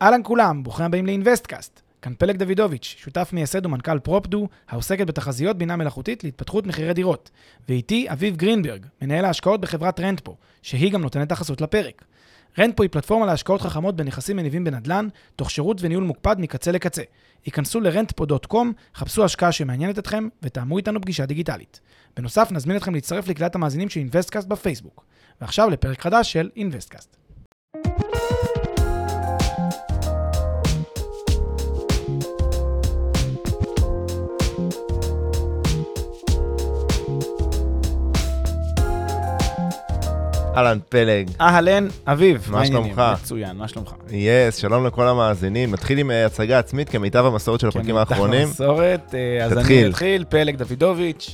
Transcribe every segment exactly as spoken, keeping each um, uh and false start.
אהלן כולם, ברוכים הבאים לאינבסטקאסט. כאן פלג דוידוביץ', שותף מייסד ומנכ"ל פרופדו, העוסקת בתחזיות בינה מלאכותית להתפתחות מחירי דירות. ואיתי אביב גרינברג, מנהל ההשקעות בחברת רנטפו, שהיא גם נותנת החסות לפרק. רנטפו היא פלטפורמה להשקעות חכמות בנכסים מניבים בנדל"ן, תוך שירות וניהול מוקפד מקצה לקצה. היכנסו ל-רנטפו דוט קום, חפשו השקעה שמעניינת אתכם ותאמו איתנו פגישה דיגיטלית. בנוסף, נזמין אתכם להצטרף לקהילת המאזינים של אינבסטקאסט בפייסבוק. ועכשיו לפרק חדש של אינבסטקאסט. אהלן פלג. אהלן, אביב. מה שלומך? מצוין, מה שלומך? יס, שלום לכל המאזינים. נתחיל עם הצגה עצמית כמיטב המסורת של הפרקים האחרונים. כמיטב המסורת, אז אני אתחיל. פלג דוידוביץ',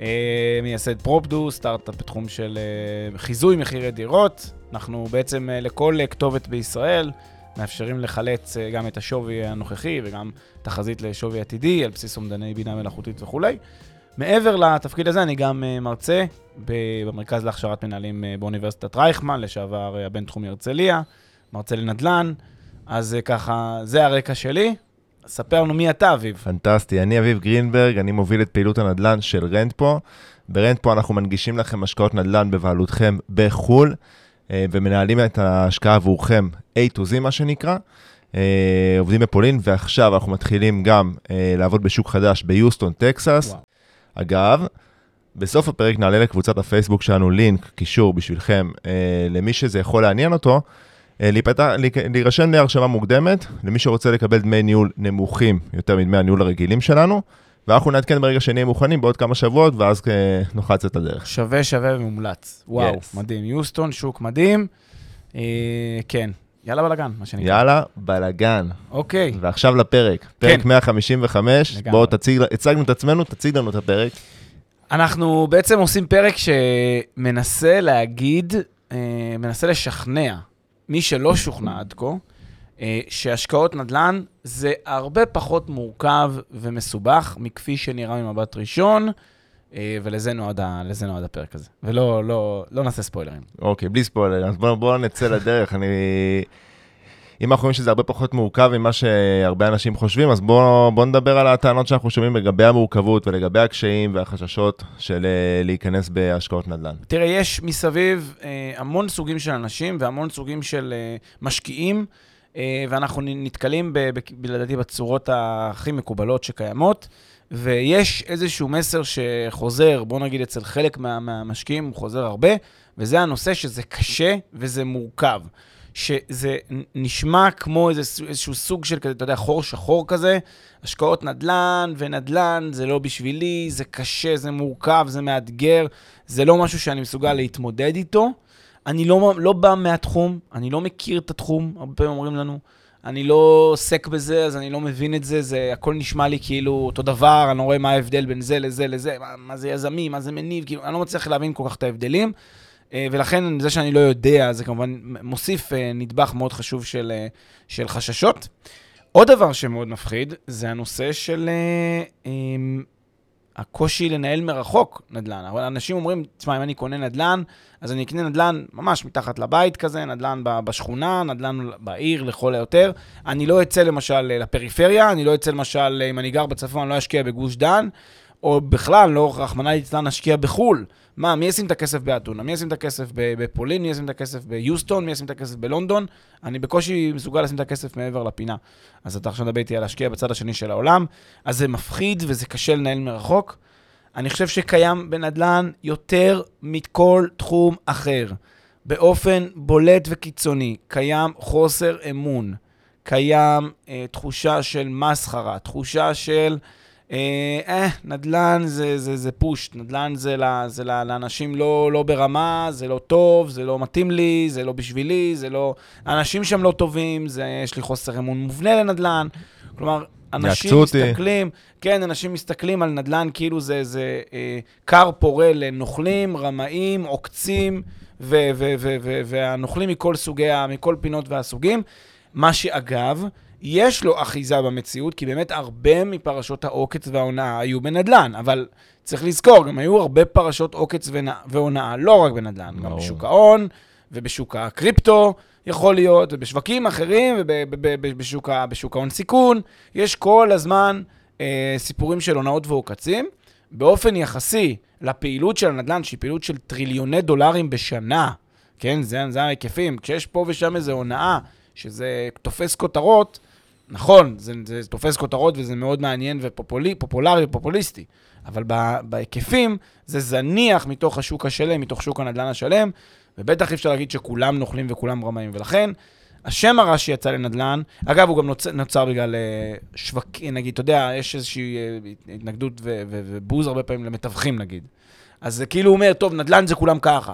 מייסד פרופדו, סטארט-אפ בתחום של חיזוי מחירי דירות. אנחנו בעצם לכל כתובת בישראל מאפשרים לחלץ גם את השווי הנוכחי וגם תחזית לשווי עתידי על בסיס אומדני בינה מלאכותית וכו'. מעבר לתפקיד הזה, אני גם מרצה במרכז להכשרת מנהלים באוניברסיטת רייכמן, לשעבר הבינתחומי הרצליה, מרצה לנדל"ן, אז ככה, זה הרקע שלי. ספר לנו מי אתה, אביב. פנטסטי, אני אביב גרינברג, אני מוביל את פעילות הנדל"ן של רנטפו. ברנטפו אנחנו מנגישים לכם השקעות נדל"ן בבעלותכם בחול, ומנהלים את ההשקעה עבורכם A to Z מה שנקרא. עובדים בפולין, ועכשיו אנחנו מתחילים גם לעבוד בשוק חדש ביוסטון, טקסס. וואו. אגב, בסוף הפרק נעלה לקבוצת הפייסבוק שלנו לינק, קישור בשבילכם, אה, למי שזה יכול לעניין אותו, אה, להיפתח, להירשם להרשמה מוקדמת, למי שרוצה לקבל דמי ניהול נמוכים יותר מדמי הניהול הרגילים שלנו, ואנחנו נעדכן ברגע שנהיה מוכנים בעוד כמה שבועות, ואז אה, נוכל לצאת לדרך. שווה שווה ומומלץ. וואו, yes. מדהים. יוסטון, שוק מדהים. אה, כן, יאללה בלגן, מה שנקרא. יאללה בלגן. אוקיי. ועכשיו לפרק. פרק כן. מאה חמישים וחמש, בואו תציג, הצגנו את עצמנו, תציג לנו את הפרק. אנחנו בעצם עושים פרק שמנסה להגיד, מנסה לשכנע, מי שלא שוכנע עד כה, שהשקעות נדל"ן זה הרבה פחות מורכב ומסובך, מכפי שנראה ממבט ראשון, ולזה נועד, לזה נועד הפרק הזה. ולא, לא, לא נעשה ספוילרים. אוקיי, בלי ספוילרים. אז בואו בוא נצא לדרך. אני... אם אנחנו חושבים שזה הרבה פחות מורכב ממה שהרבה אנשים חושבים, אז בואו בוא נדבר על הטענות שאנחנו שומעים לגבי המורכבות ולגבי הקשיים והחששות של להיכנס בהשקעות נדל"ן. תראה, יש מסביב המון סוגים של אנשים והמון סוגים של משקיעים, ואנחנו נתקלים בלדעתי בצורות הכי מקובלות שקיימות, ויש איזשהו מסר שחוזר, בוא נגיד אצל חלק מה, מהמשקיעים, הוא חוזר הרבה, וזה הנושא שזה קשה וזה מורכב. שזה נשמע כמו איזה, איזשהו סוג של, אתה יודע, חור שחור כזה, השקעות נדל"ן ונדל"ן, זה לא בשבילי, זה קשה, זה מורכב, זה מאתגר, זה לא משהו שאני מסוגל להתמודד איתו. אני לא, לא בא מהתחום, אני לא מכיר את התחום, הרבה פעמים אומרים לנו, אני לא עוסק בזה, אז אני לא מבין את זה, זה הכל נשמע לי כאילו אותו דבר, אני לא רואה מה ההבדל בין זה לזה לזה, מה, מה זה יזמי, מה זה מניב, כאילו, אני לא מצליח להבין כל כך את ההבדלים, ולכן זה שאני לא יודע, זה כמובן מוסיף נדבך מאוד חשוב של, של חששות. עוד דבר שמאוד מפחיד, זה הנושא של הקושי לנהל מרחוק נדל"ן. אבל אנשים אומרים, תשמע, אם אני קונה נדל"ן, אז אני אקנה נדל"ן ממש מתחת לבית כזה, נדל"ן בשכונה, נדל"ן בעיר לכל היותר. אני לא אצא למשל לפריפריה, אני לא אצא למשל, אם אני גר בצפון, אני לא אשקיע בגוש דן, או בכלל, לא רחמנא ליצלן נשקיע בחול. מה, מי ישים את הכסף באתונה? מי ישים את הכסף בפולין? מי ישים את הכסף ביוסטון? מי ישים את הכסף בלונדון? אני בקושי מסוגל לשים את הכסף מעבר לפינה. אז אתה עכשיו מדבר איתי על להשקיע בצד השני של העולם, אז זה מפחיד וזה קשה לנהל מרחוק. אני חושב שקיים בנדל"ן יותר מכל תחום אחר. באופן בולט וקיצוני, קיים חוסר אמון, קיים אה, תחושה של מסחרה, תחושה של... אה, נדל"ן זה, זה, זה פושט, נדל"ן זה, זה לאנשים לא, לא ברמה, זה לא טוב, זה לא מתאים לי, זה לא בשבילי, זה לא, אנשים שהם לא טובים, זה, יש לי חוסר אמון מובנה לנדל"ן, כלומר, אנשים מסתכלים, כן, אנשים מסתכלים על נדל"ן כאילו זה, זה אה, קר פורה לנוכלים, רמאים, עוקצים, ו, ו, ו, ו, והנוכלים מכל סוגי, מכל פינות והסוגים, מה שאגב, יש לו אחיזה במציאות, כי באמת הרבה מפרשות העוקץ וההונאה היו בנדל"ן, אבל צריך לזכור, גם היו הרבה פרשות עוקץ והונאה, לא רק בנדל"ן, גם בשוק ההון ובשוק הקריפטו, יכול להיות, ובשווקים אחרים, ובשוק ההון סיכון, יש כל הזמן אה, סיפורים של הונאות ועוקצים, באופן יחסי לפעילות של הנדל"ן, שהיא פעילות של טריליוני דולרים בשנה, כן, זה, זה ההיקפים, כשיש פה ושם איזו הונאה, שזה תופס כותרות, נכון, זה, זה תופס כותרות וזה מאוד מעניין ופופולרי, פופולרי ופופוליסטי, אבל בהיקפים זה זניח מתוך השוק השלם, מתוך שוק הנדל"ן השלם, ובטח אפשר להגיד שכולם נוכלים וכולם רמאים, ולכן השם הרע שיצא לנדל"ן, אגב הוא גם נוצר, נוצר בגלל שווק, נגיד, אתה יודע, יש איזושהי התנגדות ו- ו- ובוז הרבה פעמים למתווכים נגיד, אז זה כאילו אומר, טוב, נדל"ן זה כולם ככה,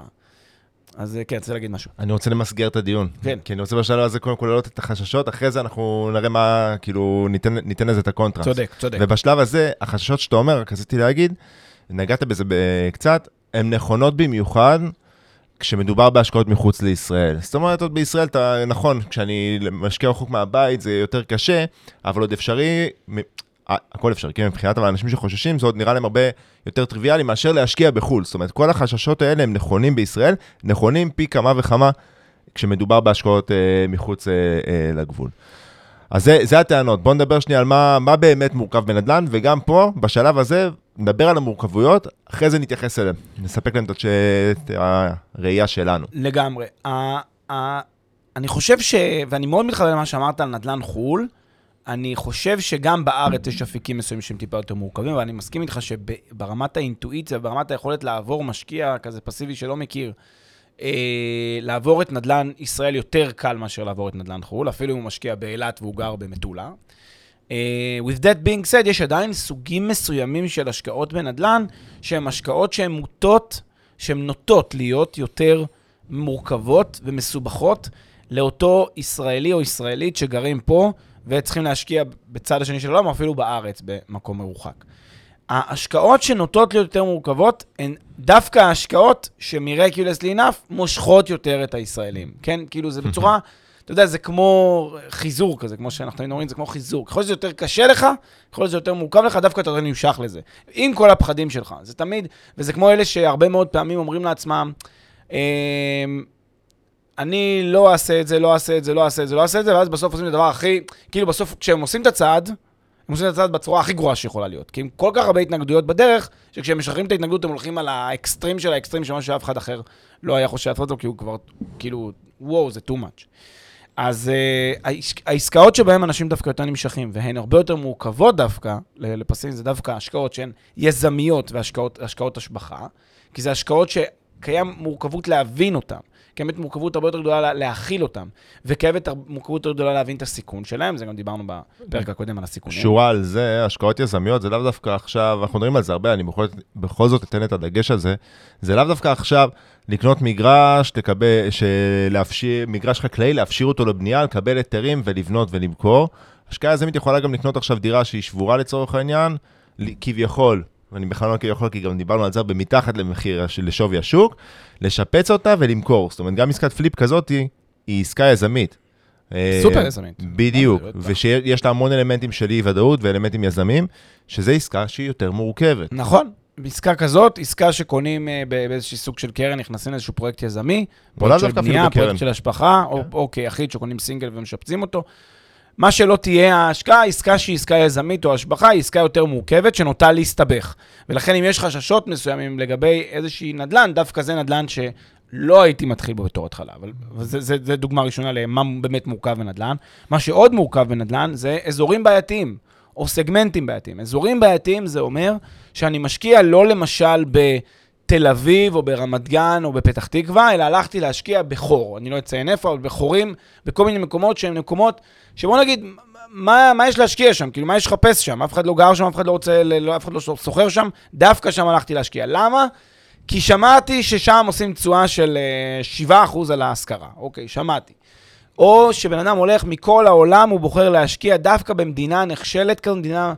אז כן, צריך להגיד משהו. אני רוצה למסגר את הדיון. כן. כי אני רוצה בשלב הזה קודם כל להעלות את החששות, אחרי זה אנחנו נראה מה, כאילו, ניתן, ניתן לזה את הקונטרסט. צודק, צודק. ובשלב הזה, החששות שאתה אומר, רק רציתי להגיד, נגעת בזה קצת, הן נכונות במיוחד כשמדובר בהשקעות מחוץ לישראל. זאת אומרת, עוד בישראל, אתה, נכון, כשאני משקיע רחוק מהבית, זה יותר קשה, אבל עוד אפשרי, הכל אפשרי, כי מבחינת האנשים שחוששים, זה עוד נראה להם הרבה יותר טריוויאלי מאשר להשקיע בחו"ל. זאת אומרת, כל החששות האלה הם נכונים בישראל, נכונים פי כמה וכמה כשמדובר בהשקעות אה, מחוץ אה, אה, לגבול. אז זה, זה הטענות. בואו נדבר שנייה על מה, מה באמת מורכב בנדל"ן, וגם פה, בשלב הזה, נדבר על המורכבויות, אחרי זה נתייחס אליהם. נספק להם את הראייה שלנו. לגמרי. ה, ה, אני חושב ש... ואני מאוד מתחבר למה שאמרת על נדל"ן חו"ל, אני חושב שגם בארץ יש אפיקים מסוימים שהם טיפה יותר מורכבים, ואני מסכים איתך שברמת האינטואיציה, ברמת היכולת לעבור משקיע כזה פסיבי שלא מכיר, אה, לעבור את נדל"ן ישראל יותר קל מאשר לעבור את נדל"ן חו"ל, אפילו אם הוא משקיע באילת והוא גר במטולה. אה, with that being said, יש עדיין סוגים מסוימים של השקעות בנדל"ן, שהן השקעות שהן מוטות, שהן נוטות להיות יותר מורכבות ומסובכות לאותו ישראלי או ישראלית שגרים פה, וצריכים להשקיע בצד השני של העולם, או אפילו בארץ, במקום מרוחק. ההשקעות שנוטות להיות יותר מורכבות, הן דווקא ההשקעות שמרקולס לינף מושכות יותר את הישראלים. כן? כאילו זה בצורה, אתה יודע, זה כמו חיזור כזה, כמו שאנחנו תמיד אומרים, זה כמו חיזור. ככל שזה יותר קשה לך, ככל שזה יותר מורכב לך, דווקא אתה יותר נמשך לזה. עם כל הפחדים שלך. זה תמיד, וזה כמו אלה שהרבה מאוד פעמים אומרים לעצמם, אני לא אעשה את זה, לא אעשה את זה, לא אעשה את זה, לא אעשה את זה, ואז בסוף עושים את הדבר הכי, כאילו בסוף כשהם עושים את הצעד, הם עושים את הצעד בצורה הכי גרועה שיכולה להיות. כי עם כל כך הרבה התנגדויות בדרך, שכשהם משחררים את ההתנגדות, הם הולכים על האקסטרים של האקסטרים, שמה שאף אחד אחר לא היה חושב לעשות אותו, כי הוא כבר, כאילו, וואו, זה too much. אז uh, העסקאות שבהם אנשים דווקא יותר נמשכים, והן הרבה יותר מורכבות דווקא, לפסים זה דווקא השקעות שהן יזמיות והשקעות השבחה, כי זה השקעות שקיים מורכבות להבין אותן. קיימת מורכבות הרבה יותר גדולה להכיל אותם, וקיימת מורכבות יותר גדולה להבין את הסיכון שלהם, זה גם דיברנו בפרק הקודם על הסיכונים. שורה על זה, השקעות יזמיות, זה לאו דווקא עכשיו, אנחנו מדברים על זה הרבה, אני בכל, בכל זאת אתן את הדגש הזה, זה לאו דווקא עכשיו לקנות מגרש, לקבל, שלהפשיר, מגרש חקלאי, להפשיר אותו לבנייה, לקבל היתרים ולבנות ולמכור. השקעה יזמית יכולה גם לקנות עכשיו דירה שהיא שבורה לצורך העניין, כביכול, ואני בכלל לא כביכול, כי גם דיברנו על זה במתחת למחיר לשווי השוק, לשפץ אותה ולמכור. זאת אומרת, גם עסקת פליפ כזאת היא, היא עסקה יזמית. סופר יזמית. בדיוק. ושיש לה המון אלמנטים של אי-ודאות ואלמנטים יזמים, שזה עסקה שהיא יותר מורכבת. נכון. עסקה כזאת, עסקה שקונים באיזשהו סוג של קרן, נכנסים לאיזשהו פרויקט יזמי, פרויקט של בנייה, פרויקט של השפחה, או כיחיד שקונים סינגל ומשפצים אותו. מה שלא תהיה ההשקעה, עסקה שהיא עסקה יזמית או השבחה, היא עסקה יותר מורכבת שנוטה להסתבך. ולכן אם יש חששות מסוימים לגבי איזושהי נדל"ן, דווקא זה נדל"ן שלא הייתי מתחיל בו בתור התחלה. אבל זה, זה, זה דוגמה ראשונה למה באמת מורכב בנדל"ן. מה שעוד מורכב בנדל"ן זה אזורים בעייתיים, או סגמנטים בעייתיים. אזורים בעייתיים זה אומר שאני משקיע לא למשל בתל אביב, או ברמת גן, או בפתח תקווה, אלא הלכתי להשקיע בחור. אני לא אציין איפה, אבל בחורים, בכל מיני מקומות שהם מקומות שבוא נגיד, מה, מה יש להשקיע שם? כאילו, מה יש לחפש שם? אף אחד לא גר שם, אף אחד לא רוצה, לא, אף אחד לא סוחר שם, דווקא שם הלכתי להשקיע. למה? כי שמעתי ששם עושים תשואה של שבעה אחוז על ההשכרה. אוקיי, שמעתי. או שבן אדם הולך מכל העולם, הוא בוחר להשקיע דווקא במדינה נחשלת, כזו מדינה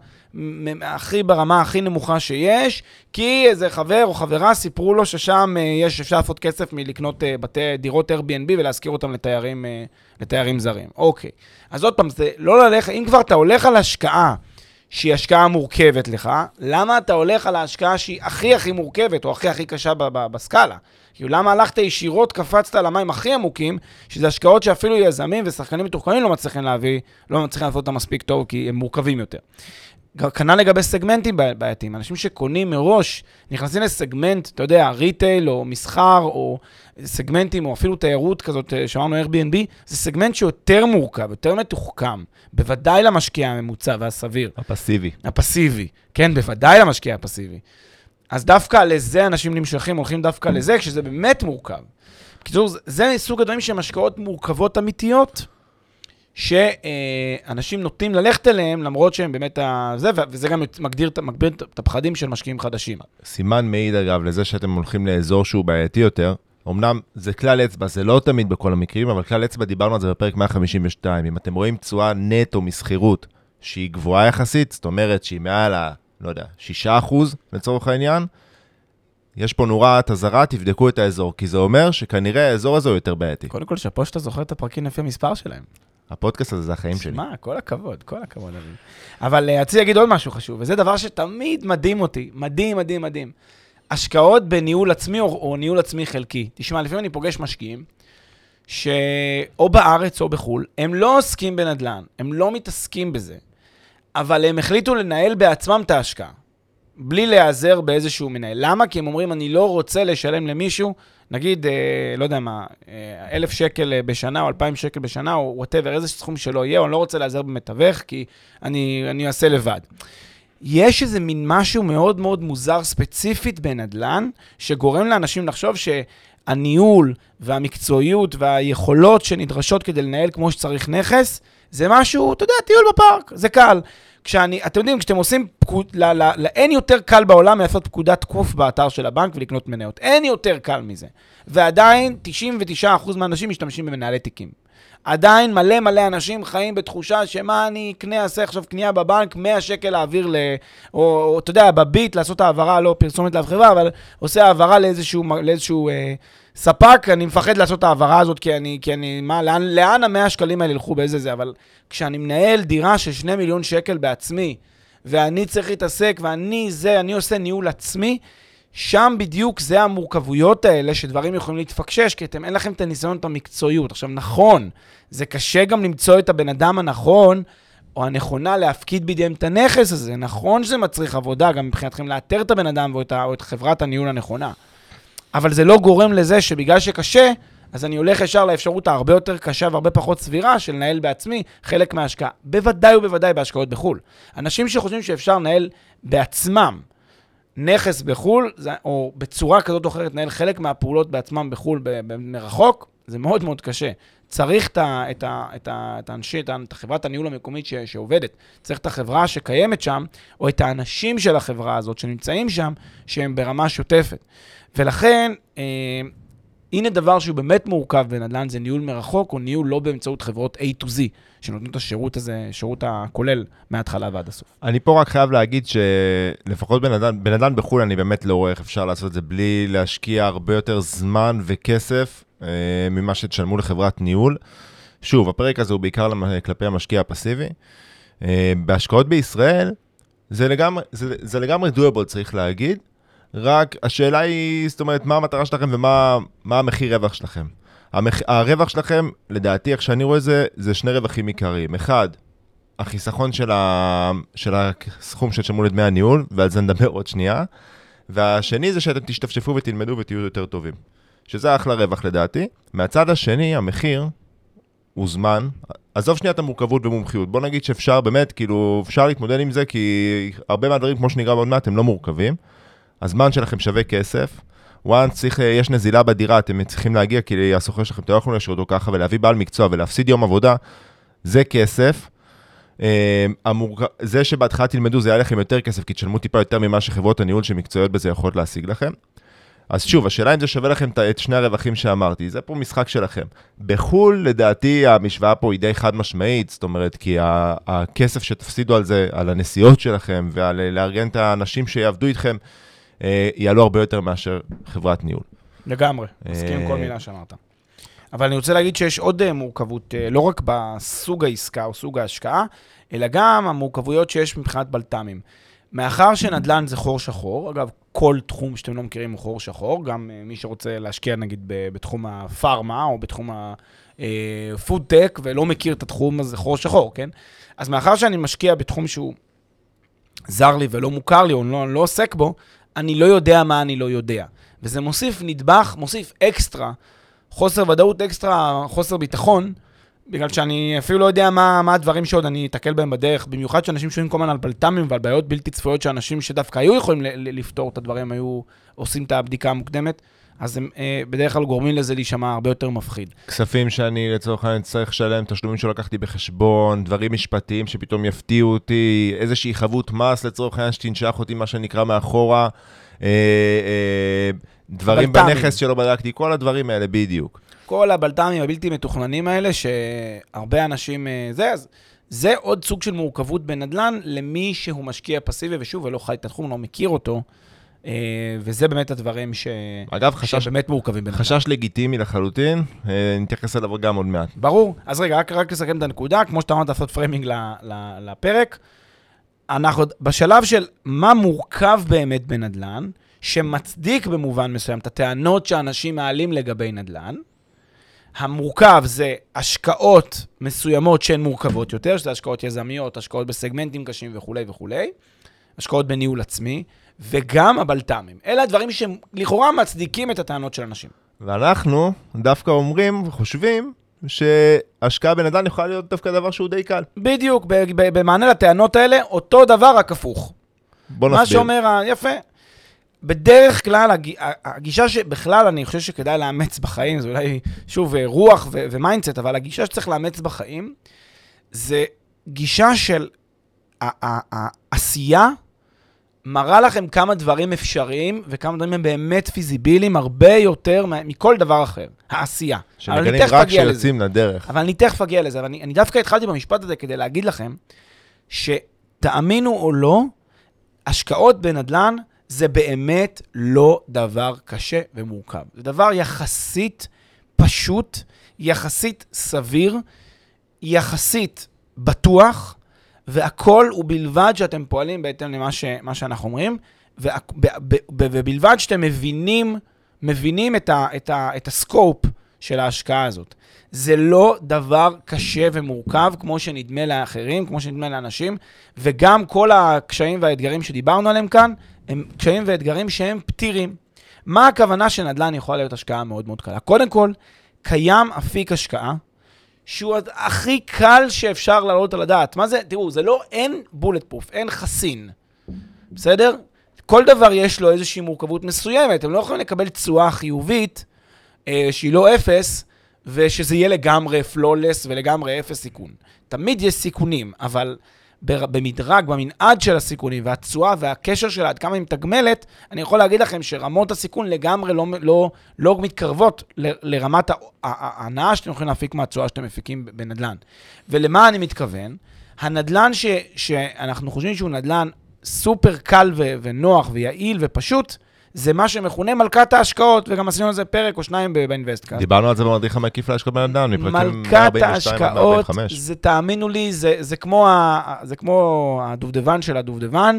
הכי ברמה הכי נמוכה שיש, כי איזה חבר או חברה סיפרו לו ששם יש אפשר לעשות כסף מלקנות בתי דירות Airbnb ולהזכיר אותם לתיירים, לתיירים זרים. אוקיי. אז עוד פעם, זה לא ללכת, אם כבר אתה הולך על השקעה שהיא השקעה מורכבת לך, למה אתה הולך על ההשקעה שהיא הכי הכי מורכבת או הכי הכי קשה בסקאלה? כאילו, למה הלכת ישירות, קפצת על המים הכי עמוקים, שזה השקעות שאפילו יזמים ושחקנים מתוחכמים לא מצליחים להביא, לא מצליחים לעשות אותם מספיק טוב, כי הם מורכבים יותר. כנ"ל לגבי סגמנטים בעייתיים, אנשים שקונים מראש, נכנסים לסגמנט, אתה יודע, ריטייל או מסחר או סגמנטים או אפילו תיירות כזאת, שאמרנו Airbnb, זה סגמנט שיותר מורכב, יותר מתוחכם, בוודאי למשקיע הממוצע והסביר. הפסיבי. הפסיבי, כן, בוודאי למשקיע הפסיבי. אז דווקא לזה אנשים נמשכים, הולכים דווקא לזה, כשזה באמת מורכב. בקיצור, זה סוג הדברים שהן השקעות מורכבות אמיתיות, שאנשים נוטים ללכת אליהם, למרות שהם באמת זה, וזה גם מגדיר, מגביר את הפחדים של משקיעים חדשים. סימן מעיד אגב לזה שאתם הולכים לאזור שהוא בעייתי יותר. אמנם זה כלל אצבע, זה לא תמיד בכל המקרים, אבל כלל אצבע דיברנו על זה בפרק מאה חמישים ושתיים. אם אתם רואים תשואה נטו מסחירות שהיא גבוהה יחסית, זאת אומרת שהיא מעל ה, לא יודע, שישה אחוז לצורך העניין, יש פה נורת הזרה, תבדקו את האזור, כי זה אומר שכנראה האזור הזה הוא יותר בעייתי. קודם כל, שפה שאתה זוכר את הפרקים לפי המספר שלהם. הפודקאסט הזה זה החיים שלי. מה, כל הכבוד, כל הכבוד. אבל רציתי להגיד עוד משהו חשוב, וזה דבר שתמיד מדהים אותי, מדהים, מדהים, מדהים. השקעות בניהול עצמי או, או ניהול עצמי חלקי. תשמע, לפעמים אני פוגש משקיעים, שאו בארץ או בחול, הם לא עוסקים בנדל"ן, הם לא מתעסקים בזה, אבל הם החליטו לנהל בעצמם את ההשקעה, בלי להיעזר באיזשהו מנהל. למה? כי הם אומרים, אני לא רוצה לשלם למישהו, נגיד, אה, לא יודע מה, אה, אלף שקל בשנה או אלפיים שקל בשנה, או whatever, איזה סכום שלא יהיה, או אני לא רוצה להיעזר במתווך, כי אני, אני אעשה לבד. יש איזה מין משהו מאוד מאוד מוזר ספציפית בנדל"ן, שגורם לאנשים לחשוב שהניהול והמקצועיות והיכולות שנדרשות כדי לנהל כמו שצריך נכס, זה משהו, אתה יודע, טיול בפארק, זה קל. כשאני, אתם יודעים, כשאתם עושים, פקוד, לא, לא, לא, אין יותר קל בעולם לעשות פקודת קוף באתר של הבנק ולקנות מניות. אין יותר קל מזה. ועדיין תשעים ותשעה אחוז מהאנשים משתמשים במנהלי תיקים. עדיין מלא מלא אנשים חיים בתחושה שמה אני אקנה, אעשה עכשיו קנייה בבנק, מאה שקל להעביר ל... או, או אתה יודע, בביט לעשות העברה, לא פרסומת להבחרה, אבל עושה העברה לאיזשהו, לאיזשהו אה, ספק, אני מפחד לעשות העברה הזאת, כי אני, כי אני, מה, לאן, לאן המאה שקלים האלה ילכו באיזה זה, אבל כשאני מנהל דירה של שני מיליון שקל בעצמי, ואני צריך להתעסק, ואני זה, אני עושה ניהול עצמי, שם בדיוק זה המורכבויות האלה, שדברים יכולים להתפקשש, כי אתם אין לכם את הניסיון, את המקצועיות. עכשיו, נכון, זה קשה גם למצוא את הבן אדם הנכון, או הנכונה להפקיד בידיהם את הנכס הזה. נכון שזה מצריך עבודה, גם מבחינתכם לאתר את הבן אדם, או את, או את חברת הניהול הנכונה. אבל זה לא גורם לזה שבגלל שקשה, אז אני הולך ישר לאפשרות הרבה יותר קשה והרבה פחות סבירה של לנהל בעצמי חלק מההשקעה. בוודאי ובוודאי בהשקעות בחול. אנשים שחושבים שאפשר לנהל בעצמם נכס בחול, או בצורה כזאת או אחרת לנהל חלק מהפעולות בעצמם בחול מרחוק, זה מאוד מאוד קשה. צריך את, ה, את, ה, את, ה, את האנשי, את, ה, את החברת הניהול המקומית ש, שעובדת. צריך את החברה שקיימת שם, או את האנשים של החברה הזאת שנמצאים שם, שהם ברמה שוטפת. ולכן, אה, הנה דבר שהוא באמת מורכב בנדל"ן, זה ניהול מרחוק, או ניהול לא באמצעות חברות A to Z, שנותנים את השירות הזה, שירות הכולל מההתחלה ועד הסוף. אני פה רק חייב להגיד שלפחות בנדל"ן, בנדל"ן בחו"ל אני באמת לא רואה איך אפשר לעשות את זה בלי להשקיע הרבה יותר זמן וכסף אה, ממה שתשלמו לחברת ניהול. שוב, הפרק הזה הוא בעיקר כלפי המשקיע הפסיבי. אה, בהשקעות בישראל, זה לגמרי, זה, זה לגמרי doable, צריך להגיד. רק השאלה היא, זאת אומרת, מה המטרה שלכם ומה מה המחיר רווח שלכם. המח... הרווח שלכם, לדעתי, איך שאני רואה זה, זה שני רווחים עיקריים. אחד, החיסכון של, ה... של הסכום שתשלמו לדמי הניהול, ועל זה נדבר עוד שנייה. והשני זה שאתם תשתפשפו ותלמדו ותהיו יותר טובים. שזה אחלה רווח לדעתי. מהצד השני, המחיר הוא זמן. עזוב שנייה את המורכבות ומומחיות. בוא נגיד שאפשר באמת, כאילו, אפשר להתמודד עם זה, כי הרבה מהדברים, כמו שנקרא בעוד מעט, הם לא מורכבים. הזמן שלכם שווה כסף, וואן צריך, יש נזילה בדירה, אתם צריכים להגיע, כי הסוחר שלכם, אתם לא יכולים להשאיר אותו ככה, ולהביא בעל מקצוע, ולהפסיד יום עבודה, זה כסף. זה שבהתחלה תלמדו, זה היה לכם יותר כסף, כי תשלמו טיפה יותר ממה שחברות הניהול שמקצועיות בזה יכולות להשיג לכם. אז שוב, השאלה אם זה שווה לכם את שני הרווחים שאמרתי, זה פה משחק שלכם. בחול, לדעתי, המשוואה פה היא די חד משמעית, זאת אומרת, כי הכסף שתפסידו על זה, על הנסיעות שלכם, ועל לארגן את האנשים שיעבדו איתכם, יעלו הרבה יותר מאשר חברת ניהול. לגמרי, מסכים עם כל מילה שאמרת. אבל אני רוצה להגיד שיש עוד מורכבות, לא רק בסוג העסקה או סוג ההשקעה, אלא גם המורכבויות שיש מבחינת בלת"מים. מאחר שנדל"ן זה חור שחור, אגב, כל תחום שאתם לא מכירים הוא חור שחור, גם מי שרוצה להשקיע נגיד בתחום הפארמה או בתחום הפודטק ולא מכיר את התחום הזה, חור שחור, כן? אז מאחר שאני משקיע בתחום שהוא זר לי ולא מוכר לי או לא, אני לא עוסק בו, אני לא יודע מה אני לא יודע. וזה מוסיף נדבך, מוסיף אקסטרה, חוסר ודאות אקסטרה, חוסר ביטחון, בגלל שאני אפילו לא יודע מה, מה הדברים שעוד אני אתקל בהם בדרך, במיוחד שאנשים שומעים כל הזמן על בלת"מים ועל בעיות בלתי צפויות שאנשים שדווקא היו יכולים לפתור את הדברים, היו עושים את הבדיקה המוקדמת, אז הם אה, בדרך כלל גורמים לזה להישמע הרבה יותר מפחיד. כספים שאני לצורך העניין צריך לשלם, תשלומים שלא לקחתי בחשבון, דברים משפטיים שפתאום יפתיעו אותי, איזושהי חבות מס לצורך העניין שתנשך אותי מה שנקרא מאחורה, אה, אה, דברים הבלת"מים. בנכס שלא בדקתי, כל הדברים האלה בדיוק. כל הבלת"מים הבלתי מתוכננים האלה, שהרבה אנשים, זה, אז זה עוד סוג של מורכבות בנדל"ן, למי שהוא משקיע פסיבי, ושוב, ולא חי את התחום, לא מכיר אותו, וזה באמת הדברים ש... אגב, חשש, שבאמת מורכבים בנדל"ן. חשש לגיטימי לחלוטין, נתייחס אליו גם עוד מעט. ברור. אז רגע, רק, רק לסכם את הנקודה, כמו שאתה אמרת לעשות פריימינג לפרק, אנחנו בשלב של מה מורכב באמת בנדל"ן, שמצדיק במובן מסוים את הטענות שאנשים מעלים לגבי נדל"ן, המורכב זה השקעות מסוימות שהן מורכבות יותר, שזה השקעות יזמיות, השקעות בסגמנטים קשים וכו' וכו', השקעות בניהול עצמי, וגם הבלת"מים. אלה הדברים שלכאורה מצדיקים את הטענות של אנשים. ואנחנו דווקא אומרים וחושבים שהשקעה בנדל"ן יכולה להיות דווקא דבר שהוא די קל. בדיוק, במענה לטענות האלה, אותו דבר רק הפוך. בוא נסביר. מה שאומר, יפה, בדרך כלל, הגישה שבכלל אני חושב שכדאי לאמץ בחיים, זה אולי שוב רוח ומיינדסט, אבל הגישה שצריך לאמץ בחיים, זה גישה של העשייה, מראה לכם כמה דברים אפשריים, וכמה דברים הם באמת פיזיביליים, הרבה יותר מכל דבר אחר. העשייה. שנגנים רק שיוצאים לדרך. אבל אני תכף אגיע לזה, אבל אני, אני דווקא התחלתי במשפט הזה כדי להגיד לכם, שתאמינו או לא, השקעות בנדל"ן, זה באמת לא דבר קשה ומורכב. זה דבר יחסית פשוט, יחסית סביר, יחסית בטוח, והכל הוא בלבד שאתם פועלים בהתאם למה ש, מה שאנחנו אומרים, ובלבד שאתם מבינים, מבינים את, ה, את, ה, את הסקופ של ההשקעה הזאת. זה לא דבר קשה ומורכב, כמו שנדמה לאחרים, כמו שנדמה לאנשים, וגם כל הקשיים והאתגרים שדיברנו עליהם כאן, הם קשיים ואתגרים שהם פתירים. מה הכוונה שנדל"ן יכולה להיות השקעה מאוד מאוד קלה? קודם כל, קיים אפיק השקעה, שהוא הכי קל שאפשר לעלות על הדעת. מה זה? תראו, זה לא, אין בולט פרוף, אין חסין. בסדר? כל דבר יש לו איזושהי מורכבות מסוימת. הם לא יכולים לקבל תשואה חיובית, אה, שהיא לא אפס, ושזה יהיה לגמרי פלולס ולגמרי אפס סיכון. תמיד יש סיכונים, אבל במדרג, במנעד של הסיכונים, והתשואה והקשר שלה, עד כמה היא מתגמלת, אני יכול להגיד לכם שרמות הסיכון לגמרי לא, לא, לא מתקרבות ל, לרמת ההנאה שאתם יכולים להפיק מהתשואה שאתם מפיקים בנדל"ן. ולמה אני מתכוון? הנדל"ן ש, שאנחנו חושבים שהוא נדל"ן סופר קל ו, ונוח ויעיל ופשוט, זה מה שמכונה מלכת ההשקעות, וגם עשינו על זה פרק או שניים באינבסטקאסט. דיברנו על זה במדריך המקיף להשקעות בנדל"ן, מלכת ההשקעות, זה תאמינו לי, זה, זה כמו, ה, זה כמו הדובדבן של הדובדבן.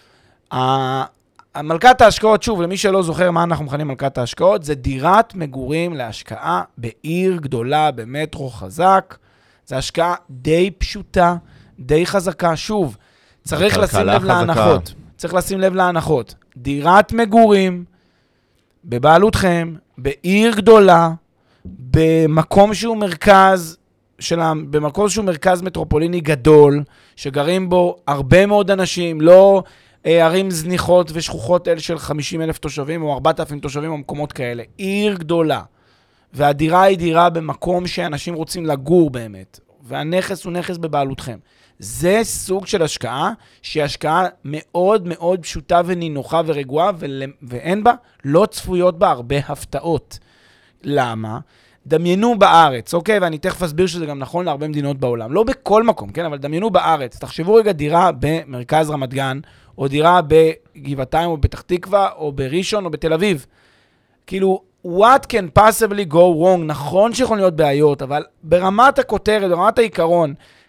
מלכת ההשקעות, שוב, למי שלא זוכר מה אנחנו מכנים מלכת ההשקעות, זה דירת מגורים להשקעה בעיר גדולה, במטרו חזק. זה השקעה די פשוטה, די חזקה. שוב, צריך לשים לב להנחות. צריך לשים לב להנחות. דירת מגורים, בבעלותכם, בעיר גדולה, במקום שהוא מרכז, שלה, במקום שהוא מרכז מטרופוליני גדול, שגרים בו הרבה מאוד אנשים, לא אה, ערים זניחות ושכוחות אל של חמישים אלף תושבים או ארבעת אלפים תושבים או מקומות כאלה. עיר גדולה. והדירה היא דירה במקום שאנשים רוצים לגור באמת. והנכס הוא נכס בבעלותכם. זה סוג של השקעה, שהיא השקעה מאוד מאוד פשוטה ונינוחה ורגועה, ואין בה, לא צפויות בה הרבה הפתעות. למה? דמיינו בארץ, אוקיי? ואני תכף אסביר שזה גם נכון להרבה מדינות בעולם. לא בכל מקום, כן? אבל דמיינו בארץ. תחשבו רגע דירה במרכז רמת גן, או דירה בגבעתיים, או בתח תקווה, או בראשון, או בתל אביב. כאילו, what can possibly go wrong? נכון שיכולים להיות בעיות, אבל ברמת הכותרת, ברמת העיקרון,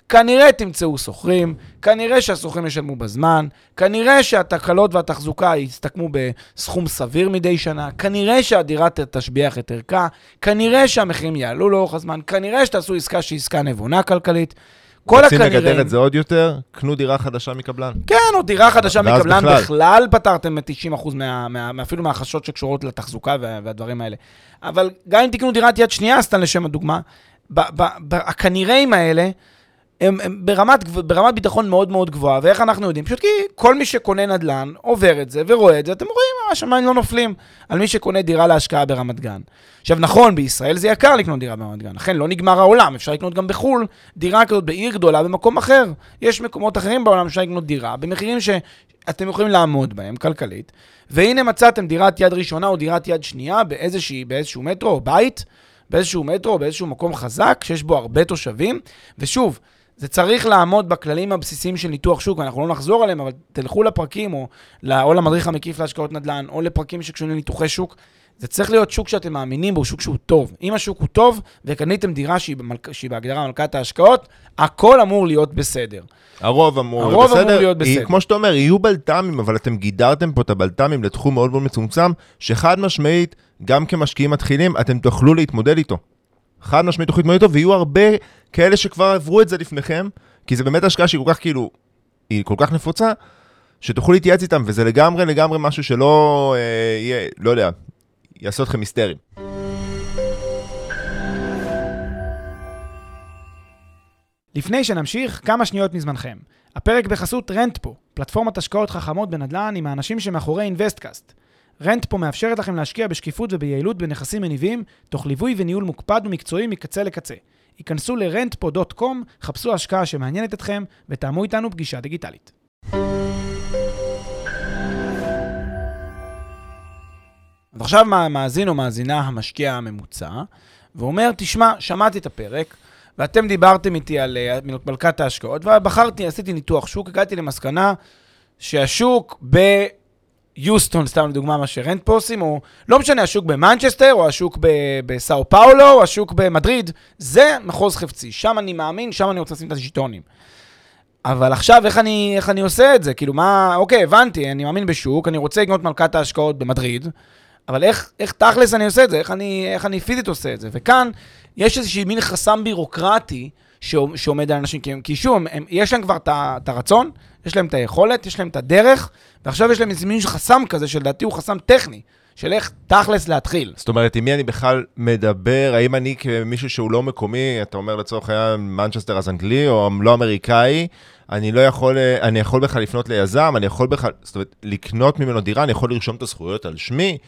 כנראה תמצאו סוחרים, כנראה שהסוחרים ישלמו בזמן, כנראה שהתקלות והתחזוקה יסתכמו בסכום סביר מדי שנה, כנראה שהדירה תשביח את ערכה, כנראה שהמחירים יעלו לאורך הזמן, כנראה שתעשו עסקה שהיא עסקה נבונה כלכלית. כל רוצים הכנראה... לגדל את זה עוד יותר, קנו דירה חדשה מקבלן. כן, או דירה חדשה מקבלן, בכלל. בכלל פתרתם תשעים אחוז מה, מה, אפילו מהחששות שקשורות לתחזוקה וה, והדברים האלה. אבל גם אם תקנו דירת יד שנייה, סתם לשם הדוגמה, הכנראים האלה, הם, הם ברמת, ברמת ביטחון מאוד מאוד גבוהה, ואיך אנחנו יודעים? פשוט כי כל מי שקונה נדל"ן עובר את זה ורואה את זה, אתם רואים, השמיים לא נופלים על מי שקונה דירה להשקעה ברמת גן. עכשיו נכון, בישראל זה יקר לקנות דירה ברמת גן, לכן לא נגמר העולם, אפשר לקנות גם בחול, דירה כזאת בעיר גדולה במקום אחר. יש מקומות אחרים בעולם אפשר לקנות דירה, במחירים שאתם יכולים לעמוד בהם כלכלית, והנה מצאתם דירת יד ראשונה או דירת יד שנייה באיזושהי, באיזשהו מטרו או בית, באיזשהו מטרו או באיזשהו מקום חזק, שיש בו הרבה תושבים, ושוב, זה צריך לעמוד בכללים הבסיסיים של ניתוח שוק, ואנחנו לא נחזור עליהם, אבל תלכו לפרקים, או, או למדריך המקיף להשקעות נדל"ן, או לפרקים שקשורים לניתוחי שוק. זה צריך להיות שוק שאתם מאמינים בו, שוק שהוא טוב. אם השוק הוא טוב, וקניתם דירה שהיא, במלכ... שהיא בהגדרה מלכת ההשקעות, הכל אמור להיות בסדר. הרוב אמור, הרוב בסדר. אמור להיות בסדר. כמו שאתה אומר, יהיו בלת"מים, אבל אתם גידרתם פה את הבלת"מים לתחום מאוד מאוד מצומצם, שחד משמעית, גם כמשקיעים מתחילים, אתם תוכלו להתמודד איתו. חד משמעית תוכלו להתמודד איתו, ויהיו הרבה כאלה שכבר עברו את זה לפניכם, כי זה באמת השקעה שהיא כל כך כאילו, היא כל כך נפוצה, שתוכלו להתייעץ איתם, וזה לגמרי לגמרי משהו שלא אה, יהיה, לא יודע, יעשו אתכם היסטריים. לפני שנמשיך, כמה שניות מזמנכם. הפרק בחסות רנטפו, פלטפורמת השקעות חכמות בנדל"ן עם האנשים שמאחורי אינבסטקאסט. רנטפו מאפשרת לכם להשקיע בשקיפות וביעילות בנכסים מניבים, תוך ליווי וניהול מוקפד ומקצועי מקצה לקצה. היכנסו ל-רנטפו דוט קום, חפשו השקעה שמעניינת אתכם, ותאמו איתנו פגישה דיגיטלית. ועכשיו מאזין או מאזינה המשקיע הממוצע, ואומר, תשמע, שמעתי את הפרק, ואתם דיברתם איתי על מלכת ההשקעות, ובחרתי, עשיתי ניתוח שוק, הגעתי למסקנה שהשוק ביוסטון, סתם לדוגמה מה שרנטפו עושים, או לא משנה, השוק במנצ'סטר, או השוק בסאו פאולו, או השוק במדריד, זה מחוז חפצי, שם אני מאמין, שם אני רוצה לשים את השיטונים. אבל עכשיו איך אני, איך אני עושה את זה? כאילו מה, אוקיי, הבנתי, אני מאמין בשוק, אני רוצה לקנות מלכת ההשקעות במדריד, אבל איך, איך תכלס אני עושה את זה? איך אני, איך אני פיזית עושה את זה? וכאן יש איזושהי מין חסם בירוקרטי שעומד על אנשים, כי שוב, הם, יש להם כבר את הרצון, יש להם את היכולת, יש להם את הדרך, ועכשיו יש להם איזה מין חסם כזה, שלדעתי הוא חסם טכני, של איך תכלס להתחיל. זאת אומרת, עם מי אני בכלל מדבר? האם אני כמישהו שהוא לא מקומי, אתה אומר לצורך היה מנצ'סטר אז אנגלי, או לא אמריקאי, אני לא יכול, אני יכול בכלל לפנות ליזם, אני יכול בכלל, זאת אומרת, לקנות ממנו דירה, אני יכול לרשום את הזכויות על שמי,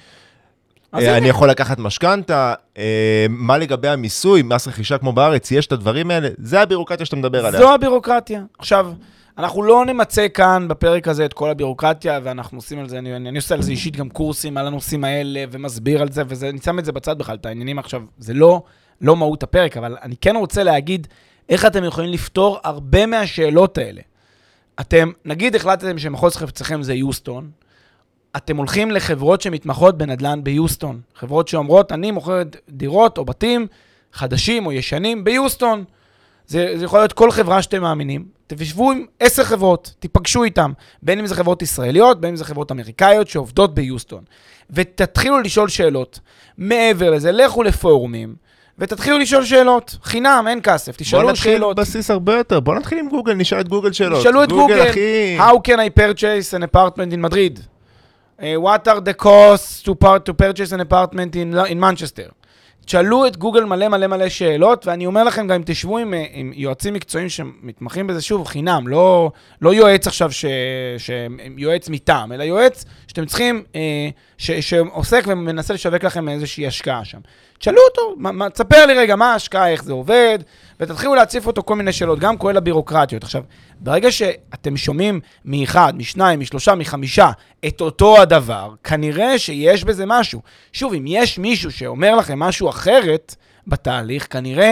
אני יכול לקחת משכנתה, מה לגבי המיסוי, מס רכישה כמו בארץ, יש את הדברים האלה, זה הבירוקרטיה שאתה מדבר עליה. זו הבירוקרטיה. עכשיו, אנחנו לא נמצא כאן בפרק הזה את כל הבירוקרטיה, ואנחנו עושים על זה, אני, אני עושה על זה אישית גם קורסים על הנושאים האלה, ומסביר על זה, וזה, אני שם את זה בצד בכלל, את העניינים עכשיו, זה לא, לא מהות הפרק, אבל אני כן רוצה להגיד איך אתם יכולים לפתור הרבה מהשאלות האלה. אתם, נגיד החלטתם שמחוז חפצכם זה יוסטון, אתם הולכים לחברות שמתמחות בנדל"ן ביוסטון, חברות שאומרות, אני מוכרת דירות או בתים חדשים או ישנים ביוסטון. זה, זה יכול להיות כל חברה שאתם מאמינים. תשבו עם עשר חברות, תיפגשו איתם, בין אם זה חברות ישראליות, בין אם זה חברות אמריקאיות שעובדות ביוסטון. ותתחילו לשאול שאלות. מעבר לזה, לכו לפורומים, ותתחילו לשאול שאלות. חינם, אין כסף, תשאלו שאלות. בוא נתחיל בסיס הרבה יותר, בוא נתחיל עם גוגל, נשאל את גוגל שאלות. תשאלו את גוגל, how can I purchase an apartment in Madrid? Uh, what are the costs to, part, to purchase an apartment in, in Manchester? תשאלו את גוגל מלא מלא מלא שאלות, ואני אומר לכם גם אם תשבו עם, עם יועצים מקצועיים שמתמחים בזה שוב חינם, לא, לא יועץ עכשיו ש, שיועץ מטעם, אלא יועץ שאתם צריכים, אה, ש, שעוסק ומנסה לשווק לכם איזושהי השקעה שם. תשאלו אותו, מה, תספר לי רגע מה ההשקעה, איך זה עובד, ותתחילו להציף אותו כל מיני שאלות, גם כולל הבירוקרטיות. עכשיו, ברגע שאתם שומעים מאחד, משניים, משלושה, מחמישה, את אותו הדבר, כנראה שיש בזה משהו. שוב, אם יש מישהו שאומר לכם משהו אחרת בתהליך, כנראה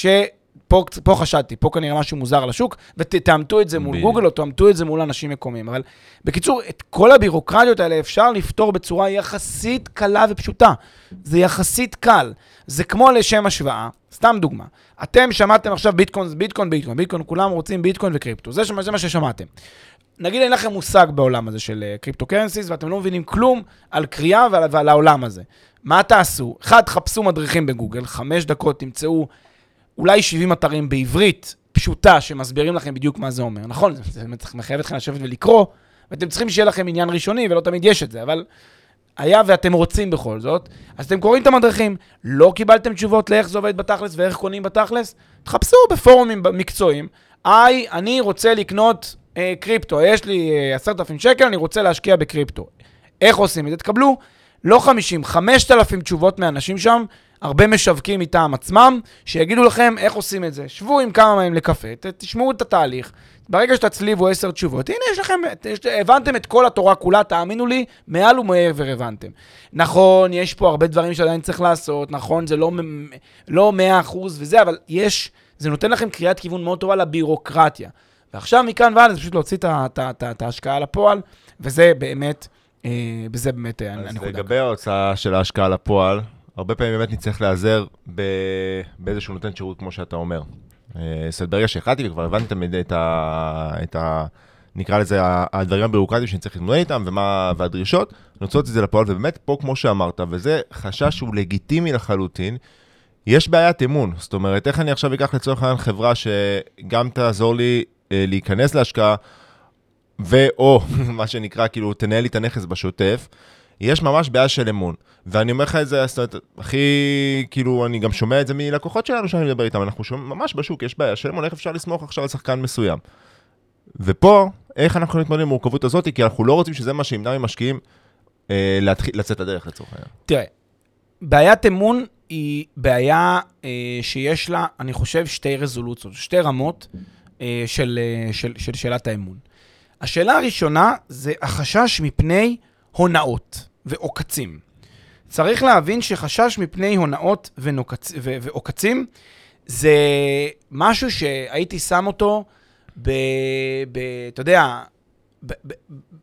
שפה פה חשדתי, פה כנראה משהו מוזר על השוק, ותאמתו את זה מול גוגל, או תאמתו את זה מול אנשים מקומיים. אבל בקיצור, את כל הבירוקרטיות האלה אפשר לפתור בצורה יחסית קלה ופשוטה. זה יחסית קל. זה כמו לשם השוואה. סתם דוגמה. אתם שמעתם עכשיו ביטקוין, ביטקוין, ביטקוין, ביטקוין, כולם רוצים ביטקוין וקריפטו. זה, זה מה ששמעתם. נגיד, אין לכם מושג בעולם הזה של קריפטו קרנסיס, ואתם לא מבינים כלום על קריאה ועל, ועל העולם הזה. מה תעשו? אחד, חפשו מדריכים בגוגל, חמש דקות תמצאו אולי שבעים אתרים בעברית פשוטה שמסבירים לכם בדיוק מה זה אומר. נכון, זה מחייב אתכם לשבת ולקרוא, ואתם צריכים שיהיה לכם עניין ראשוני, ולא תמיד יש את זה, אבל היה ואתם רוצים בכל זאת, אז אתם קוראים את המדריכים, לא קיבלתם תשובות לאיך זה עובד בתכלס ואיך קונים בתכלס, תחפשו בפורומים מקצועיים, איי, אני רוצה לקנות אה, קריפטו, יש לי אה, עשרת אלפים שקל, אני רוצה להשקיע בקריפטו. איך עושים את זה? תקבלו לא חמישים, חמשת אלפים תשובות מאנשים שם, הרבה משווקים מטעם עצמם, שיגידו לכם איך עושים את זה. שבו עם כמה מהם לקפה, תשמעו את התהליך, ברגע שתצליבו עשר תשובות, הנה יש לכם, הבנתם את כל התורה כולה, תאמינו לי, מעל ומעבר הבנתם. נכון, יש פה הרבה דברים שעדיין צריך לעשות, נכון, זה לא, לא מאה אחוז וזה, אבל יש, זה נותן לכם קריאת כיוון מאוד טובה לבירוקרטיה. ועכשיו מכאן ועד, זה פשוט להוציא את ההשקעה לפועל, וזה באמת, בזה באמת הנקודה. אז לגבי ההוצאה של ההשקעה לפועל, הרבה פעמים באמת נצטרך להיעזר באיזשהו נותן שירות, כמו שאתה אומר. אז ברגע שהחלטתי וכבר הבנתם את ה... את ה... נקרא לזה, הדברים הבירוקרטיים שאני צריך להתמודד איתם, ומה, והדרישות, נוצאות את זה לפועל, ובאמת פה, כמו שאמרת, וזה חשש שהוא לגיטימי לחלוטין, יש בעיית אמון. זאת אומרת, איך אני עכשיו אקח לצורך העניין חברה שגם תעזור לי להיכנס להשקעה, ואו, מה שנקרא, כאילו, תנהל לי את הנכס בשוטף, יש ממש בעיה של אמון. ואני אומר לך את זה, זאת אומרת, הכי, כאילו, אני גם שומע את זה מלקוחות שלנו שאני מדבר איתם, אנחנו שומעים ממש בשוק, יש בעיה של אמון, איך אפשר לסמוך עכשיו על שחקן מסוים. ופה, איך אנחנו נתמודדים עם המורכבות הזאת, כי אנחנו לא רוצים שזה מה שימנע ממשקיעים אה, להתחיל, לצאת הדרך לצורך העניין. תראה, בעיית אמון היא בעיה אה, שיש לה, אני חושב, שתי רזולוציות, שתי רמות אה, של, אה, של, של שאלת האמון. השאלה הראשונה זה החשש מפני הונאות ועוקצים. צריך להבין שחשש מפני הונאות ונוקצ... ו... ועוקצים זה משהו שהייתי שם אותו ב... ב... אתה יודע, ב... ב...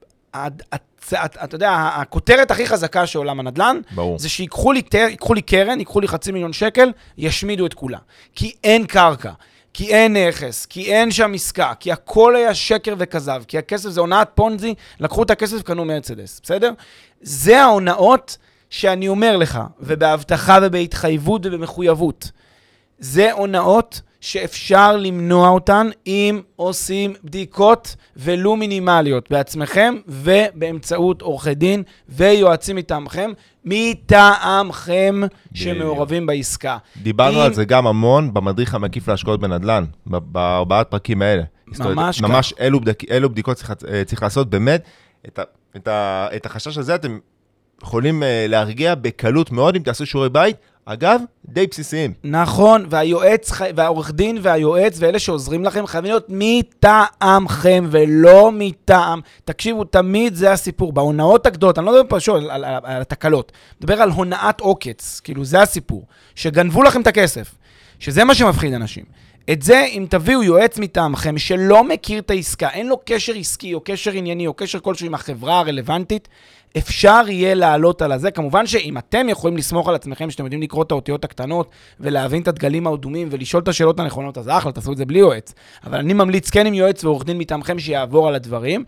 אתה יודע, הכותרת הכי חזקה של עולם הנדל"ן, ברור. זה שיקחו לי, ייקחו לי קרן, ייקחו לי חצי מיליון שקל, ישמידו את כולה. כי אין קרקע, כי אין נכס, כי אין שם עסקה, כי הכל היה שקר וכזב, כי הכסף זה הונאת פונזי, לקחו את הכסף וקנו מרצדס, בסדר? זה ההונאות שאני אומר לך, ובהבטחה ובהתחייבות ובמחויבות. זה הונאות שאפשר למנוע אותן אם עושים בדיקות ולו מינימליות בעצמכם ובאמצעות עורכי דין ויועצים מטעמכם, מטעמכם שמעורבים בעסקה. דיברנו אם... על זה גם המון במדריך המקיף להשקעות בנדל"ן, בארבעת פרקים האלה. ממש כך. ממש אלו, בדק... אלו בדיקות צריך, צריך לעשות. באמת, את, ה... את, ה... את החשש הזה אתם יכולים להרגיע בקלות מאוד אם תעשו שיעורי בית, אגב, די בסיסיים. נכון, והיועץ, והעורך דין והיועץ ואלה שעוזרים לכם חייבים להיות מטעמכם ולא מטעם. תקשיבו, תמיד זה הסיפור. בהונאות הגדולות, אני לא מדבר פשוט על, על, על, על התקלות, מדבר על הונאת עוקץ, כאילו זה הסיפור, שגנבו לכם את הכסף, שזה מה שמפחיד אנשים. את זה, אם תביאו יועץ מטעמכם שלא מכיר את העסקה, אין לו קשר עסקי או קשר ענייני או קשר כלשהו עם החברה הרלוונטית, אפשר יהיה לעלות על הזה. כמובן שאם אתם יכולים לסמוך על עצמכם, שאתם יודעים לקרוא את האותיות הקטנות ולהבין את הדגלים האדומים ולשאול את השאלות הנכונות, אז אחלה, תעשו את זה בלי יועץ. אבל אני ממליץ כן עם יועץ ועורך דין מטעמכם שיעבור על הדברים.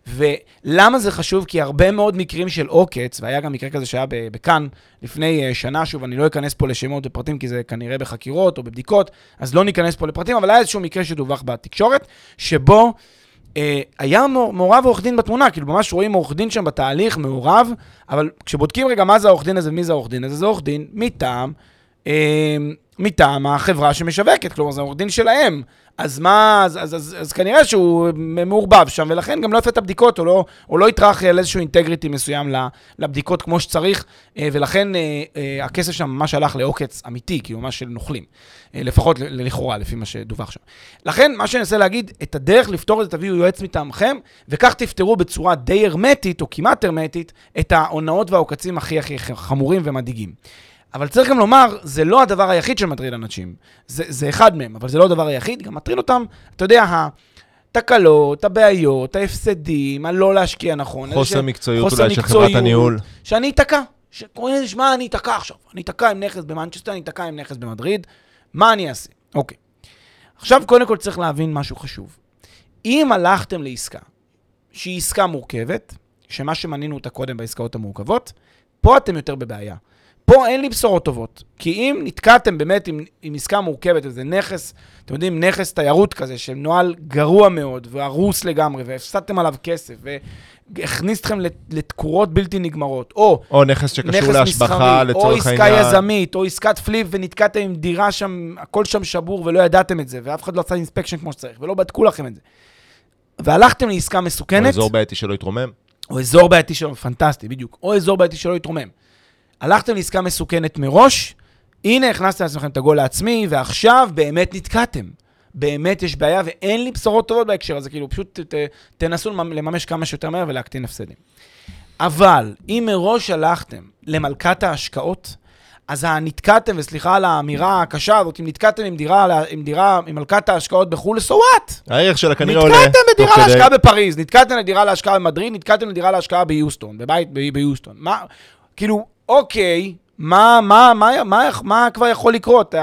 ולמה זה חשוב? כי הרבה מאוד מקרים של עוקץ, והיה גם מקרה כזה שהיה בכאן לפני שנה, שוב, אני לא אכנס פה לשמות ופרטים, כי זה כנראה בחקירות או בבדיקות, אז לא ניכנס פה לפרטים, אבל היה איזשהו מקרה שדווח בתקשורת, שבו אה, היה מעורב עורך דין בתמונה, כאילו ממש רואים עורך דין שם בתהליך, מעורב, אבל כשבודקים רגע מה זה העורך דין הזה ומי זה העורך דין הזה, זה עורך דין מטעם, אה, מטעם החברה שמשווקת, כלומר זה עורך דין שלהם, אז מה, אז, אז, אז, אז כנראה שהוא מעורבב שם, ולכן גם לא יפה את הבדיקות, או לא, או לא יתרח על איזשהו אינטגריטי מסוים לבדיקות כמו שצריך, ולכן הכסף שם ממש הלך לעוקץ אמיתי, כאילו ממש של נוכלים, לפחות לכאורה, לפי מה שדווח שם. לכן, מה שאני אנסה להגיד, את הדרך לפתור את זה, תביאו יועץ מטעמכם, וכך תפתרו בצורה די הרמטית, או כמעט הרמטית, את ההונאות והעוקצים הכי הכי חמורים ומדאיגים. אבל צריך גם לומר, זה לא הדבר היחיד שמטריד אנשים. זה, זה אחד מהם, אבל זה לא הדבר היחיד. גם מטריד אותם, אתה יודע, התקלות, הבעיות, ההפסדים, הלא להשקיע נכון. חוסר מקצועיות אולי של חברת הניהול. שאני אתקע. שקוראים לזה, שמע, אני אתקע עכשיו. אני אתקע עם נכס במנצ'סטר, אני אתקע עם נכס במדריד. מה אני אעשה? אוקיי. עכשיו, קודם כל צריך להבין משהו חשוב. אם הלכתם לעסקה, שהיא עסקה מורכבת, שמה שמנינו אותה קודם בעסקאות המורכבות, פה אתם יותר בבעיה. פה אין לי בשורות טובות. כי אם נתקעתם באמת עם, עם עסקה מורכבת, איזה נכס, אתם יודעים, נכס תיירות כזה, שנועל גרוע מאוד, והרוס לגמרי, והפסדתם עליו כסף, והכניס אתכם לתקורות בלתי נגמרות, או... או נכס שקשור להשבחה, לצורך העניין. או עסקה יזמית, או עסקת פליפ, ונתקעתם עם דירה שם, הכל שם שבור, ולא ידעתם את זה, ואף אחד לא עשה אינספקשן כמו שצריך, ולא בדקו לכם את זה. והלכתם לעסקה מסוכנת. או אזור בעייתי שלא יתרומם. או אזור בעייתי שלא, פנטסטי, בדיוק. או אזור בעייתי שלא יתרומם. הלכתם לעסקה מסוכנת מראש, הנה הכנסתם לעצמכם את הגול העצמי, ועכשיו באמת נתקעתם. באמת יש בעיה, ואין לי בשורות טובות בהקשר הזה, כאילו פשוט ת, תנסו לממש כמה שיותר מהר ולהקטין הפסדים. אבל אם מראש הלכתם למלכת ההשקעות, אז נתקעתם, וסליחה על האמירה הקשה הזאת, אם נתקעתם עם דירה, עם דירה, עם מלכת ההשקעות בחול, so what? הערך שלה כנראה עולה. נתקעתם בדירה להשקעה בפריז, נתקעתם לדירה להשקעה במדריד, נתקעתם לדירה להשקעה ביוסטון, בבית ביוסטון. מה, כאילו, אוקיי, מה, מה, מה, מה, מה כבר יכול לקרות?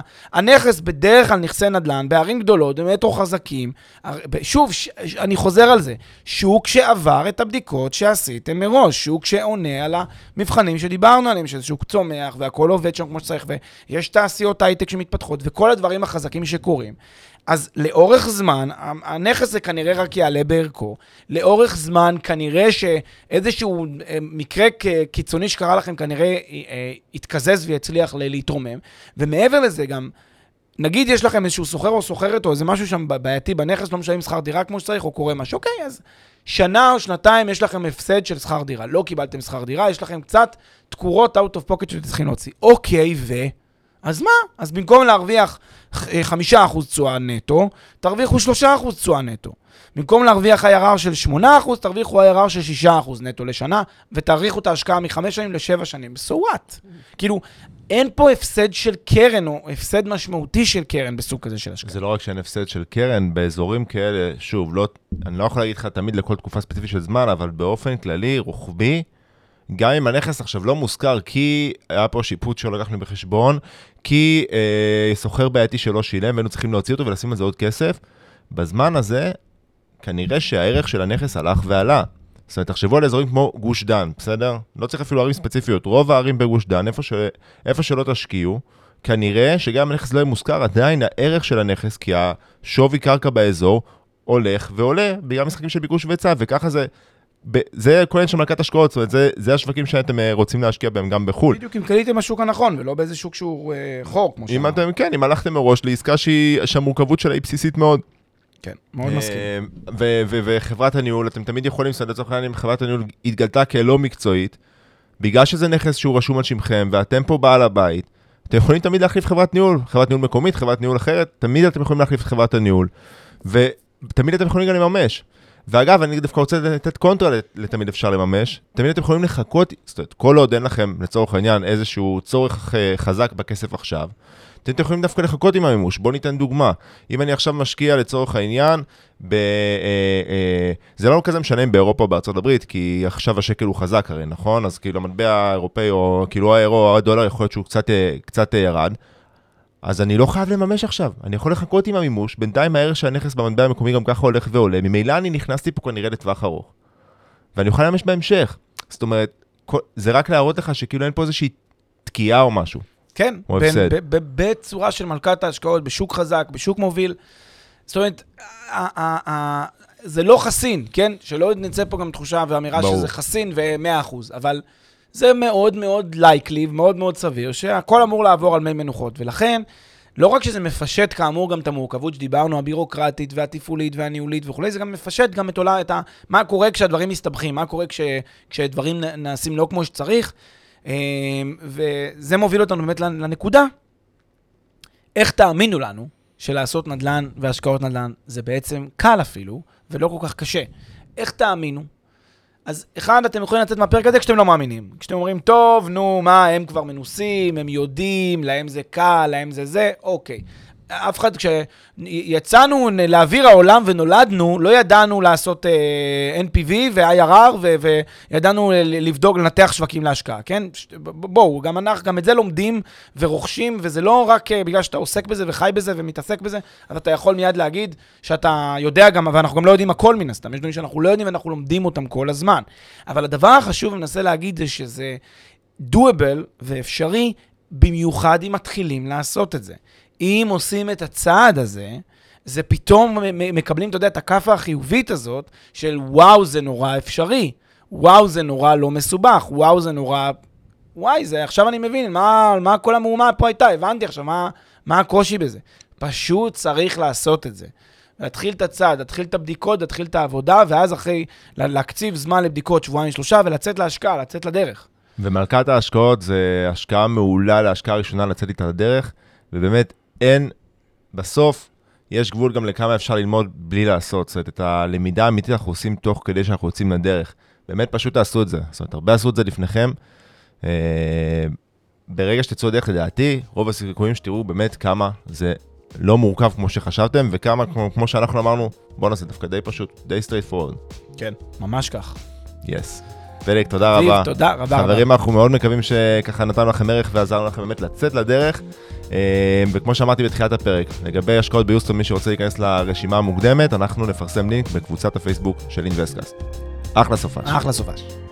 הנכס בדרך כלל נכסי נדל"ן, בערים גדולות, במטרו חזקים, שוב, אני חוזר על זה, שוק שעבר את הבדיקות שעשיתם מראש, שוק שעונה על המבחנים שדיברנו עליהם, שזה שוק צומח, והכל עובד שם כמו שצריך, ויש תעשיות הייטק שמתפתחות, וכל הדברים החזקים שקורים. אז לאורך זמן, הנכס זה כנראה רק יעלה בערכו, לאורך זמן כנראה שאיזשהו מקרה קיצוני שקרה לכם כנראה יתקזז ויצליח להתרומם, ומעבר לזה גם, נגיד יש לכם איזשהו סוחר או סוחרת או איזה משהו שם בעייתי בנכס, לא משלמים שכר דירה כמו שצריך או קורה משהו, אוקיי, אז שנה או שנתיים יש לכם הפסד של שכר דירה, לא קיבלתם שכר דירה, יש לכם קצת תקורות out of pocket שתצטרכם להוציא, אוקיי, ו... אז מה? אז במקום להרוויח חמישה אחוז תשואה נטו, תרוויחו שלושה אחוז תשואה נטו. במקום להרוויח איי אר אר של שמונה אחוז, תרוויחו איי אר אר של שישה אחוז נטו לשנה, ותאריכו את ההשקעה מחמש שנים לשבע שנים. So what? כאילו, אין פה הפסד של קרן, או הפסד משמעותי של קרן בסוג כזה של השקעה. זה לא רק שאין הפסד של קרן, באזורים כאלה, שוב, לא, אני לא יכול להגיד לך תמיד לכל תקופה ספציפית של זמן, אבל באופן כללי, רוחבי, גם אם הנכס עכשיו לא מוזכר, כי היה פה שיפוט שלא לקחנו בחשבון, כי אה, סוחר בעייתי שלא שילם, והיינו צריכים להוציא אותו ולשים על זה עוד כסף, בזמן הזה, כנראה שהערך של הנכס הלך ועלה. זאת אומרת, תחשבו על אזורים כמו גוש דן, בסדר? לא צריך אפילו ערים ספציפיות, רוב הערים בגוש דן, איפה, ש... איפה שלא תשקיעו, כנראה שגם הנכס לא יהיה מוזכר, עדיין הערך של הנכס, כי השווי קרקע באזור, הולך ועולה, בגלל משחקים של ביקוש והיצע, וככה זה... זה כולל של מלכת השקעות, זאת אומרת, זה, זה השווקים שאתם רוצים להשקיע בהם גם בחול. בדיוק, אם קליתם השוק הנכון, ולא באיזה שוק שהוא אה, חור, כמו שאמר. אם אתם, כן, אם הלכתם מראש לעסקה שהיא, שהמורכבות שלה היא בסיסית מאוד. כן, מאוד מסכים. ו- ו- וחברת הניהול, אתם תמיד יכולים, זאת אומרת, לצורך העניין, אם חברת הניהול התגלתה כלא מקצועית, בגלל שזה נכס שהוא רשום על שמכם, ואתם פה בעל הבית, אתם יכולים תמיד להחליף חברת ניהול, חברת ניהול מקומית, חברת ניהול אחרת, תמיד אתם יכולים להחליף את חברת הניהול, ותמיד אתם יכולים גם לממש. ואגב, אני דווקא רוצה לתת קונטרה לתמיד אפשר לממש. תמיד אתם יכולים לחכות, זאת אומרת, כל עוד אין לכם, לצורך העניין, איזשהו צורך חזק בכסף עכשיו, אתם יכולים דווקא לחכות עם המימוש. בואו ניתן דוגמה. אם אני עכשיו משקיע לצורך העניין, ב, אה, אה, זה לא כזה משנה אם באירופה או בארצות הברית, כי עכשיו השקל הוא חזק הרי, נכון? אז כאילו המטבע האירופאי או כאילו האירו או הדולר יכול להיות שהוא קצת, קצת ירד. אז אני לא חייב לממש עכשיו, אני יכול לחכות עם המימוש, בינתיים הערך שהנכס במטבע המקומי גם ככה הולך ועולה, ממילא אני נכנסתי פה כנראה לטווח ארוך, ואני אוכל לממש בהמשך. זאת אומרת, זה רק להראות לך שכאילו אין פה איזושהי תקיעה או משהו. כן, בצורה של מלכת ההשקעות, בשוק חזק, בשוק מוביל, זאת אומרת, זה לא חסין, כן? שלא נצא פה גם תחושה ואמירה שזה חסין ו-מאה אחוז, אבל זה מאוד מאוד לייקלי, מאוד מאוד סביר, שהכל אמור לעבור על מי מנוחות, ולכן, לא רק שזה מפשט כאמור גם את המורכבות שדיברנו, הבירוקרטית והטיפולית והניהולית וכו', זה גם מפשט גם את עולה, את ה, מה קורה כשהדברים מסתבכים, מה קורה כש, כשדברים נעשים לא כמו שצריך, וזה מוביל אותנו באמת לנקודה, איך תאמינו לנו שלעשות נדל"ן והשקעות נדל"ן, זה בעצם קל אפילו, ולא כל כך קשה. איך תאמינו? אז אחד, אתם יכולים לצאת מהפרק הזה כשאתם לא מאמינים. כשאתם אומרים, טוב, נו, מה, הם כבר מנוסים, הם יודעים, להם זה קל, להם זה זה, אוקיי. אף אחד, כשיצאנו לאוויר העולם ונולדנו, לא ידענו לעשות אה, אן פי וי ו-איי אר אר, ו- וידענו לבדוק, לנתח שווקים להשקעה, כן? בואו, גם אנחנו, גם את זה לומדים ורוכשים, וזה לא רק אה, בגלל שאתה עוסק בזה וחי בזה ומתעסק בזה, אז אתה יכול מיד להגיד שאתה יודע גם, אבל אנחנו גם לא יודעים הכל מן הסתם, יש דברים שאנחנו לא יודעים ואנחנו לומדים אותם כל הזמן. אבל הדבר החשוב, אני מנסה להגיד, זה שזה doable ואפשרי, במיוחד אם מתחילים לעשות את זה. אם עושים את הצעד הזה, זה פתאום מקבלים, אתה יודע, את הכף החיובית הזאת, של וואו, זה נורא אפשרי, וואו, זה נורא לא מסובך, וואו, זה נורא... וואי, זה, עכשיו אני מבין, מה, מה כל המהומה פה הייתה, הבנתי עכשיו, מה, מה הקושי בזה? פשוט צריך לעשות את זה. להתחיל את הצעד, להתחיל את הבדיקות, להתחיל את העבודה, ואז אחרי להקציב זמן לבדיקות שבועיים שלושה, ולצאת להשקעה, לצאת לדרך. ומלכת ההשקעות זה השקעה מעולה להשקעה ראשונה לצאת איתה לדרך, ובאמת אין, בסוף יש גבול גם לכמה אפשר ללמוד בלי לעשות, זאת אומרת, את הלמידה האמיתית אנחנו עושים תוך כדי שאנחנו יוצאים לדרך. באמת פשוט תעשו את זה, זאת אומרת, הרבה עשו את זה לפניכם. ברגע שתצאו לדרך לדעתי, רוב הסיכויים שתראו באמת כמה זה לא מורכב כמו שחשבתם, וכמה, כמו, כמו שאנחנו אמרנו, בוא נעשה דווקא די פשוט, די straight forward. כן, ממש כך. Yes. פלג, תודה רבה. תודה רבה. חברים, אנחנו מאוד מקווים שככה נתנו לכם ערך ועזרנו לכם באמת לצאת לדרך. וכמו שאמרתי בתחילת הפרק, לגבי השקעות ביוסטון, מי שרוצה להיכנס לרשימה המוקדמת, אנחנו נפרסם לינק בקבוצת הפייסבוק של אינבסטקאסט. אחלה סופש. אחלה סופש.